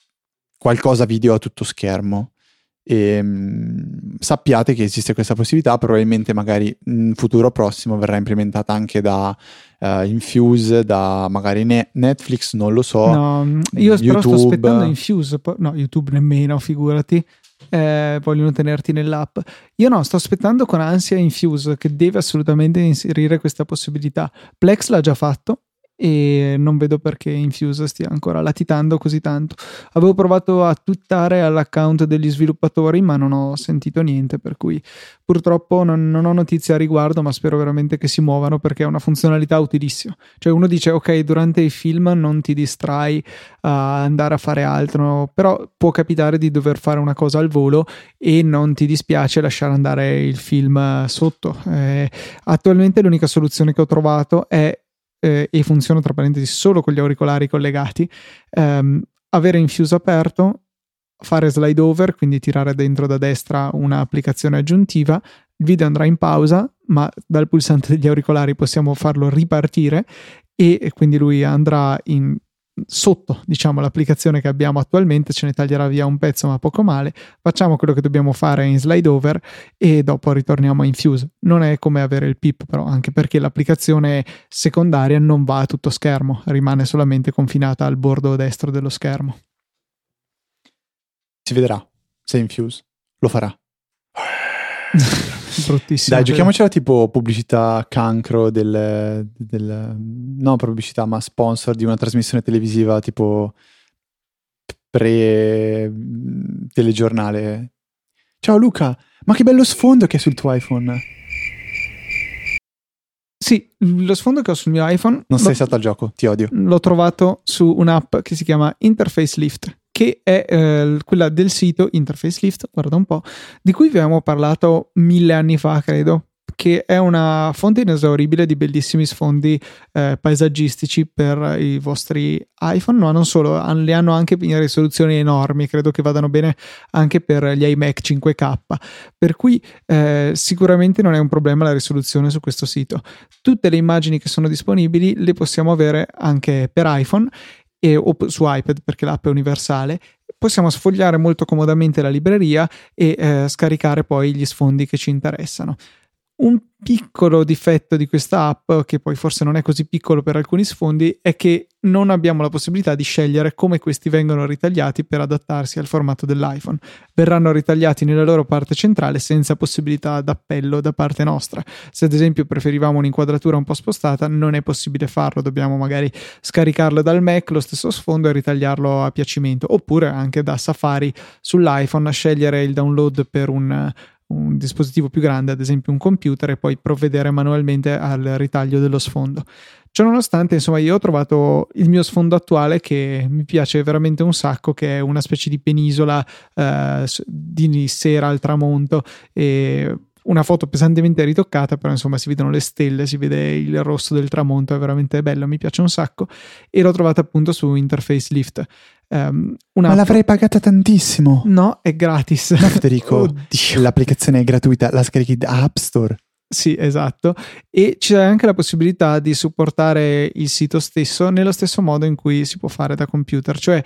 Speaker 2: qualcosa video a tutto schermo. E, mh, sappiate che esiste questa possibilità, probabilmente magari in futuro prossimo verrà implementata anche da uh, Infuse, da magari ne- Netflix, non lo so.
Speaker 1: No, io
Speaker 2: YouTube.
Speaker 1: però sto aspettando Infuse, po- no, YouTube nemmeno, figurati. Eh, vogliono tenerti nell'app. Io no, sto aspettando con ansia Infuse, che deve assolutamente inserire questa possibilità. Plex l'ha già fatto e non vedo perché Infuse stia ancora latitando così tanto. Avevo provato a twittare all'account degli sviluppatori, ma non ho sentito niente, per cui purtroppo non, non ho notizie a riguardo, ma spero veramente che si muovano, perché è una funzionalità utilissima. Cioè uno dice ok, durante i film non ti distrai a andare a fare altro, però può capitare di dover fare una cosa al volo e non ti dispiace lasciare andare il film sotto. Eh, attualmente l'unica soluzione che ho trovato è Eh, e funziona tra parentesi solo con gli auricolari collegati, ehm, avere Infuse aperto, fare slide over, quindi tirare dentro da destra un'applicazione aggiuntiva, il video andrà in pausa, ma dal pulsante degli auricolari possiamo farlo ripartire e, e quindi lui andrà in sotto, diciamo, l'applicazione che abbiamo attualmente, ce ne taglierà via un pezzo ma poco male, facciamo quello che dobbiamo fare in slide over e dopo ritorniamo a Infuse. Non è come avere il P I P però, anche perché l'applicazione secondaria non va a tutto schermo, rimane solamente confinata al bordo destro dello schermo.
Speaker 2: Si vedrà se Infuse lo farà.
Speaker 1: Bruttissimo.
Speaker 2: Dai, giochiamocela tipo pubblicità cancro del, del no pubblicità ma sponsor di una trasmissione televisiva tipo pre telegiornale. Ciao Luca, ma che bello sfondo che è sul tuo iPhone.
Speaker 1: Sì, lo sfondo che ho sul mio iPhone
Speaker 2: non sei stato al gioco, ti odio.
Speaker 1: L'ho trovato su un'app che si chiama Interface Lift, che è eh, quella del sito Interface Lift, guarda un po', di cui vi avevamo parlato mille anni fa, credo, che è una fonte inesauribile di bellissimi sfondi eh, paesaggistici per i vostri iPhone, ma non solo, li hanno anche in risoluzioni enormi, credo che vadano bene anche per gli iMac cinque K, per cui eh, sicuramente non è un problema la risoluzione su questo sito. Tutte le immagini che sono disponibili le possiamo avere anche per iPhone e, o su iPad, perché l'app è universale. Possiamo sfogliare molto comodamente la libreria e eh, scaricare poi gli sfondi che ci interessano. Un piccolo difetto di questa app, che poi forse non è così piccolo per alcuni sfondi, è che non abbiamo la possibilità di scegliere come questi vengono ritagliati per adattarsi al formato dell'iPhone. Verranno ritagliati nella loro parte centrale senza possibilità d'appello da parte nostra. Se ad esempio preferivamo un'inquadratura un po' spostata, non è possibile farlo, dobbiamo magari scaricarlo dal Mac lo stesso sfondo e ritagliarlo a piacimento, oppure anche da Safari sull'iPhone scegliere il download per un un dispositivo più grande, ad esempio un computer, e poi provvedere manualmente al ritaglio dello sfondo. Ciononostante, insomma, io ho trovato il mio sfondo attuale che mi piace veramente un sacco, che è una specie di penisola eh, di sera al tramonto, e una foto pesantemente ritoccata, però insomma si vedono le stelle, si vede il rosso del tramonto, è veramente bello, mi piace un sacco, e l'ho trovata appunto su Interface Lift. Um,
Speaker 2: Ma l'avrei pagata tantissimo.
Speaker 1: No, è gratis.
Speaker 2: No, Federico, Oddio. L'applicazione è gratuita, la scarichi da App Store.
Speaker 1: Sì, esatto, e c'è anche la possibilità di supportare il sito stesso nello stesso modo in cui si può fare da computer, cioè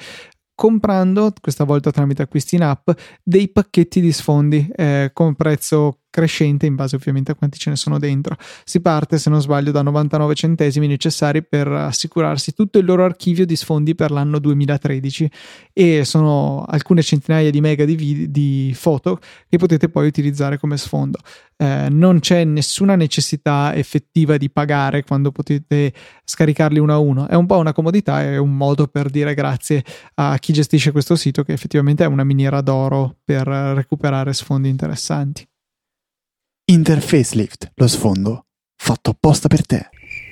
Speaker 1: comprando, questa volta tramite acquisti in app, dei pacchetti di sfondi eh, con prezzo crescente in base ovviamente a quanti ce ne sono dentro. Si parte, se non sbaglio, da novantanove centesimi necessari per assicurarsi tutto il loro archivio di sfondi per l'anno duemilatredici, e sono alcune centinaia di mega di, video, di foto che potete poi utilizzare come sfondo. Eh, non c'è nessuna necessità effettiva di pagare quando potete scaricarli uno a uno. È un po' una comodità, è un modo per dire grazie a chi gestisce questo sito, che effettivamente è una miniera d'oro per recuperare sfondi interessanti.
Speaker 2: Interfacelift, lo sfondo fatto apposta per te.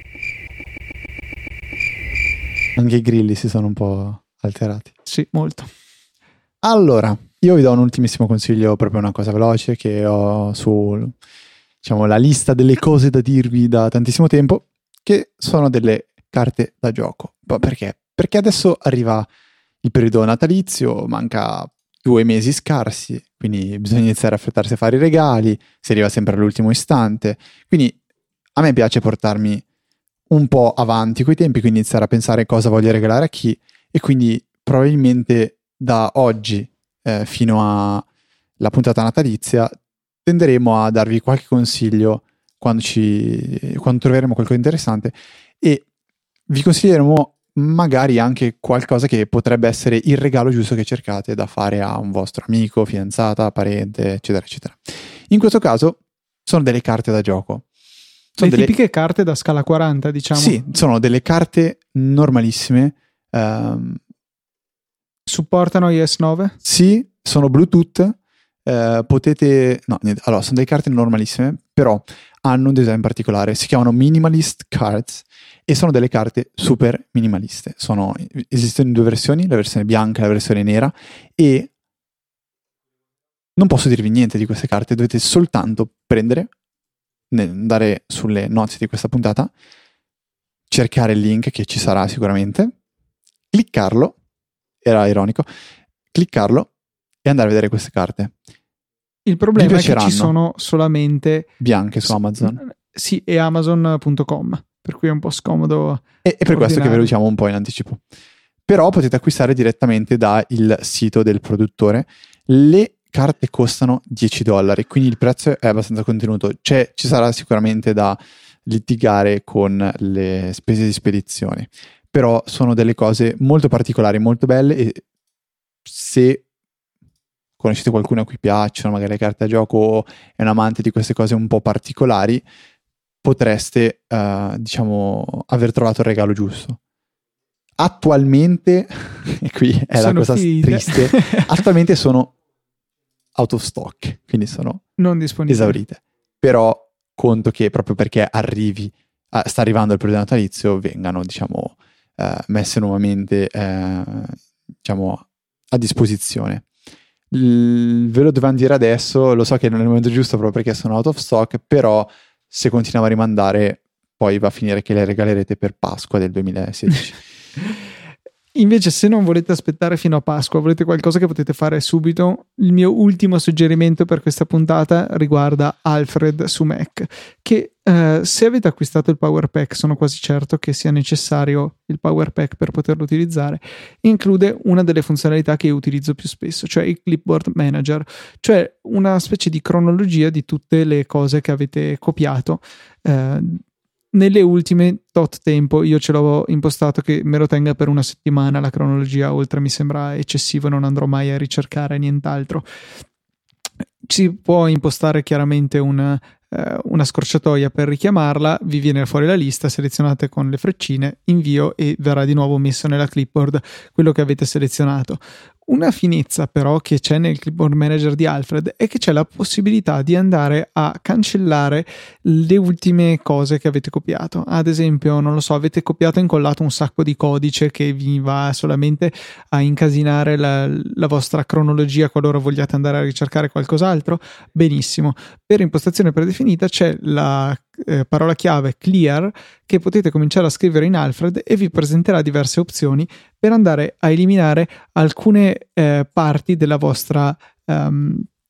Speaker 2: Anche i grilli si sono un po' alterati.
Speaker 1: Sì, molto.
Speaker 2: Allora, io vi do un ultimissimo consiglio, proprio una cosa veloce che ho su, diciamo, la lista delle cose da dirvi da tantissimo tempo, che sono delle carte da gioco. Ma perché? Perché adesso arriva il periodo natalizio, manca due mesi scarsi, quindi bisogna iniziare a affrettarsi a fare i regali, si arriva sempre all'ultimo istante, quindi a me piace portarmi un po' avanti coi tempi, quindi iniziare a pensare cosa voglio regalare a chi, e quindi probabilmente da oggi eh, fino alla puntata natalizia tenderemo a darvi qualche consiglio quando, ci, quando troveremo qualcosa di interessante, e vi consiglieremo magari anche qualcosa che potrebbe essere il regalo giusto che cercate da fare a un vostro amico, fidanzata, parente, eccetera, eccetera. In questo caso sono delle carte da gioco. Sono
Speaker 1: Le
Speaker 2: delle...
Speaker 1: tipiche carte da scala quaranta, diciamo.
Speaker 2: Sì, sono delle carte normalissime. Um...
Speaker 1: Supportano i S nove?
Speaker 2: Sì, sono Bluetooth. Uh, potete... No, niente. Allora, sono delle carte normalissime, però hanno un design particolare. Si chiamano Minimalist Cards e sono delle carte super minimaliste. Sono... Esistono in due versioni, la versione bianca e la versione nera, e non posso dirvi niente di queste carte. Dovete soltanto prendere, andare sulle note di questa puntata, cercare il link che ci sarà sicuramente, cliccarlo, era ironico, cliccarlo e andare a vedere queste carte.
Speaker 1: Il problema è che ci sono solamente
Speaker 2: bianche su Amazon.
Speaker 1: Sì, e Amazon punto com, per cui è un po' scomodo.
Speaker 2: E, e per questo che ve lo diciamo un po' in anticipo. Però potete acquistare direttamente dal sito del produttore. Le carte costano dieci dollari, quindi il prezzo è abbastanza contenuto. C'è, ci sarà sicuramente da litigare con le spese di spedizione, però sono delle cose molto particolari, molto belle, e se conoscete qualcuno a cui piacciono magari le carte a gioco o è un amante di queste cose un po' particolari, potreste uh, diciamo aver trovato il regalo giusto. Attualmente e qui è sono la cosa finite. Triste, attualmente sono out of stock, quindi sono
Speaker 1: non disponibili,
Speaker 2: esaurite, però conto che proprio perché arrivi uh, sta arrivando il periodo natalizio vengano diciamo uh, messe nuovamente uh, diciamo a disposizione. L- ve lo dovevamo dire adesso, lo so che non è il momento giusto proprio perché sono out of stock, però se continuiamo a rimandare poi va a finire che le regalerete per Pasqua del duemilasedici.
Speaker 1: Invece, se non volete aspettare fino a Pasqua, volete qualcosa che potete fare subito, il mio ultimo suggerimento per questa puntata riguarda Alfred su Mac, che eh, se avete acquistato il Power Pack, sono quasi certo che sia necessario il Power Pack per poterlo utilizzare, include una delle funzionalità che io utilizzo più spesso, cioè il Clipboard Manager, cioè una specie di cronologia di tutte le cose che avete copiato. Eh, Nelle ultime tot tempo io ce l'ho impostato che me lo tenga per una settimana la cronologia, oltre mi sembra eccessivo, non andrò mai a ricercare nient'altro. Si può impostare chiaramente una, eh, una scorciatoia per richiamarla, vi viene fuori la lista, selezionate con le freccine, invio e verrà di nuovo messo nella clipboard quello che avete selezionato. Una finezza però che c'è nel Clipboard Manager di Alfred è che c'è la possibilità di andare a cancellare le ultime cose che avete copiato. Ad esempio, non lo so, avete copiato e incollato un sacco di codice che vi va solamente a incasinare la, la vostra cronologia qualora vogliate andare a ricercare qualcos'altro. Benissimo. Per impostazione predefinita c'è la eh, parola chiave clear che potete cominciare a scrivere in Alfred e vi presenterà diverse opzioni per andare a eliminare alcune eh, parti della vostra um,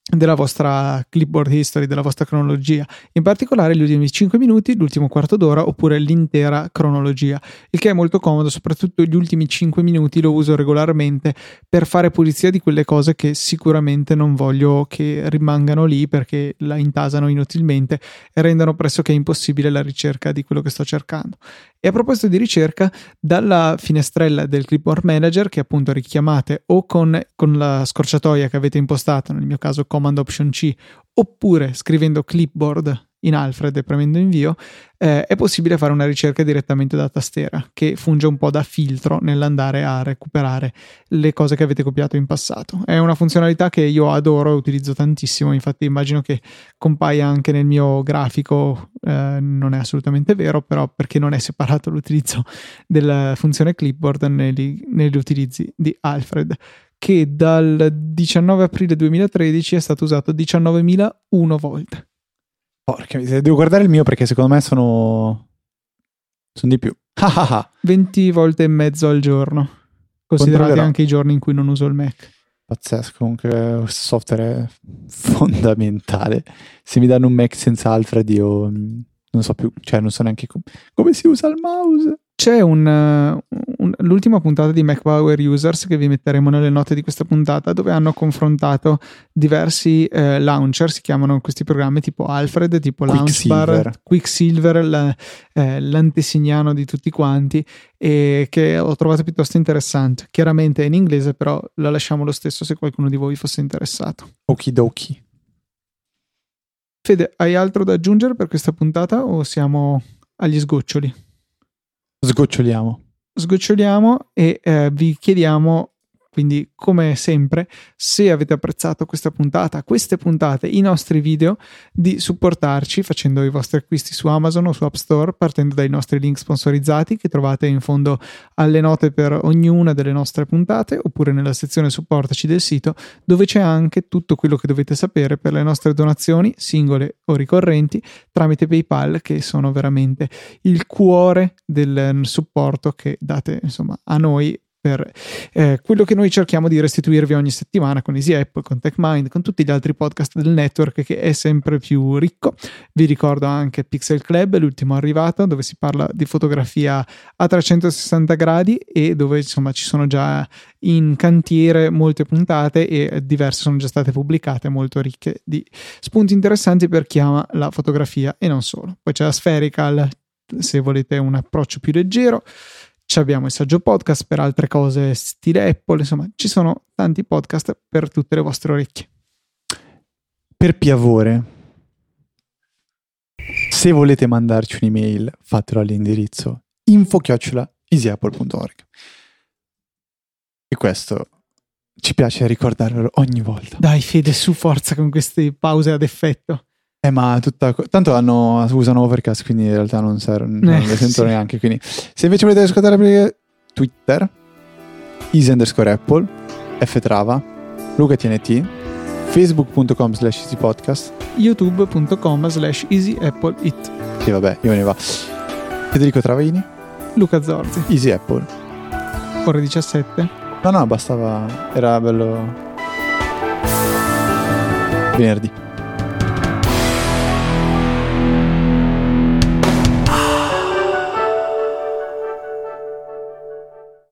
Speaker 1: della vostra clipboard history, della vostra cronologia, in particolare gli ultimi cinque minuti, l'ultimo quarto d'ora oppure l'intera cronologia, il che è molto comodo. Soprattutto gli ultimi cinque minuti lo uso regolarmente per fare pulizia di quelle cose che sicuramente non voglio che rimangano lì, perché la intasano inutilmente e rendono pressoché impossibile la ricerca di quello che sto cercando. E a proposito di ricerca, dalla finestrella del Clipboard Manager, che appunto richiamate o con, con la scorciatoia che avete impostato, nel mio caso Command Option C, oppure scrivendo Clipboard in Alfred e premendo invio, eh, è possibile fare una ricerca direttamente da tastiera, che funge un po' da filtro nell'andare a recuperare le cose che avete copiato in passato. È una funzionalità che io adoro e utilizzo tantissimo, infatti immagino che compaia anche nel mio grafico, eh, non è assolutamente vero, però perché non è separato l'utilizzo della funzione Clipboard negli, negli utilizzi di Alfred, che dal diciannove aprile duemilatredici è stato usato diciannovemilauno volte.
Speaker 2: Porca miseria, devo guardare il mio perché secondo me sono sono di più.
Speaker 1: venti volte e mezzo al giorno, considerati anche i giorni in cui non uso il Mac.
Speaker 2: Pazzesco, comunque questo software è fondamentale. Se mi danno un Mac senza Alfred io non so più, cioè non so neanche com- come si usa il mouse.
Speaker 1: C'è un, un, l'ultima puntata di Mac Power Users che vi metteremo nelle note di questa puntata, dove hanno confrontato diversi eh, launcher, si chiamano questi programmi tipo Alfred, tipo Launchbar, Quicksilver, la, eh, l'antesignano di tutti quanti, e che ho trovato piuttosto interessante. Chiaramente è in inglese, però la lasciamo lo stesso se qualcuno di voi fosse interessato.
Speaker 2: Okidoki.
Speaker 1: Fede, hai altro da aggiungere per questa puntata o siamo agli sgoccioli?
Speaker 2: Sgoccioliamo.
Speaker 1: Sgoccioliamo e eh, vi chiediamo, quindi come sempre, se avete apprezzato questa puntata, queste puntate, i nostri video, di supportarci facendo i vostri acquisti su Amazon o su App Store, partendo dai nostri link sponsorizzati che trovate in fondo alle note per ognuna delle nostre puntate, oppure nella sezione supportaci del sito, dove c'è anche tutto quello che dovete sapere per le nostre donazioni singole o ricorrenti tramite PayPal, che sono veramente il cuore del supporto che date, insomma, a noi per eh, quello che noi cerchiamo di restituirvi ogni settimana con Easy Apple, con TechMind, con tutti gli altri podcast del network, che è sempre più ricco. Vi ricordo anche Pixel Club, l'ultimo arrivato, dove si parla di fotografia a trecentosessanta gradi e dove insomma ci sono già in cantiere molte puntate e diverse sono già state pubblicate, molto ricche di spunti interessanti per chi ama la fotografia e non solo. Poi c'è la Spherical, se volete un approccio più leggero. Ci abbiamo il Saggio Podcast per altre cose stile Apple, insomma ci sono tanti podcast per tutte le vostre orecchie.
Speaker 2: Per piacere, se volete mandarci un'email, fatelo all'indirizzo info chiocciola easy apple punto org. E questo ci piace ricordarlo ogni volta.
Speaker 1: Dai Fede, su, forza con queste pause ad effetto.
Speaker 2: Eh ma tutta, tanto hanno, usano Overcast, quindi in realtà non servono,
Speaker 1: eh,
Speaker 2: non le sentono
Speaker 1: sì.
Speaker 2: neanche. Quindi se invece volete ascoltare perché Twitter, easy underscore apple, ftrava, lucatnt, facebook punto com slash easy podcast,
Speaker 1: youtube punto com slash easy apple it.
Speaker 2: e vabbè, io me ne va. Federico Travaini,
Speaker 1: Luca Zorzi.
Speaker 2: Easy Apple.
Speaker 1: Ore diciassette.
Speaker 2: No no, bastava, era bello venerdì.